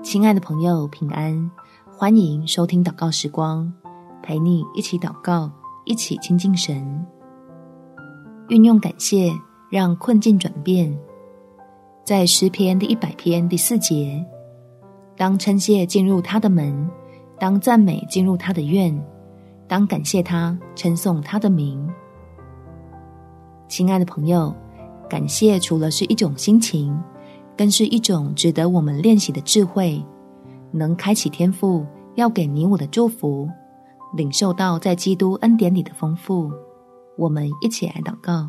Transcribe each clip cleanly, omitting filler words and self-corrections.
亲爱的朋友，平安，欢迎收听祷告时光，陪你一起祷告，一起亲近神。运用感谢，让困境转变。在诗篇第100篇第4节，当称谢进入他的门，当赞美进入他的院，当感谢他，称颂他的名。亲爱的朋友，感谢除了是一种心情，更是一种值得我们练习的智慧，能开启天父要给你我的祝福，领受到在基督恩典里的丰富。我们一起来祷告。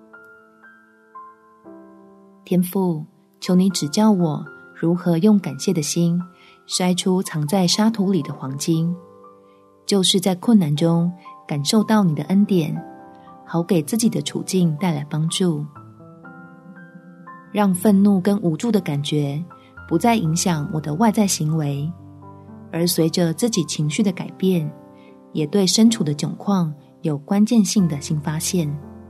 天父，求你指教我如何用感谢的心筛出藏在沙土里的黄金，就是在困难中感受到你的恩典，好给自己的处境带来帮助。让愤怒跟无助的感觉不再影响我的外在行为，而随着自己情绪的改变，也对身处的窘况有关键性的新发现。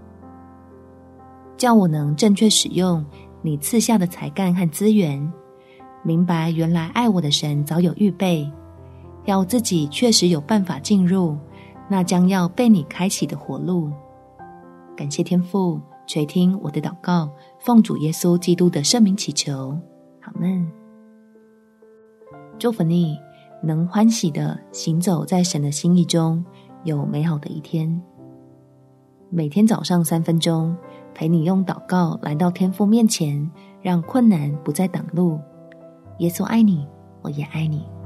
叫我能正确使用你赐下的才干和资源，明白原来爱我的神早有预备，要自己确实有办法进入那将要被你开启的活路。感谢天父垂听我的祷告，奉主耶稣基督的圣名祈求，阿们。祝福你能欢喜地行走在神的心意中，有美好的一天。每天早上3分钟，陪你用祷告来到天父面前，让困难不再挡路。耶稣爱你，我也爱你。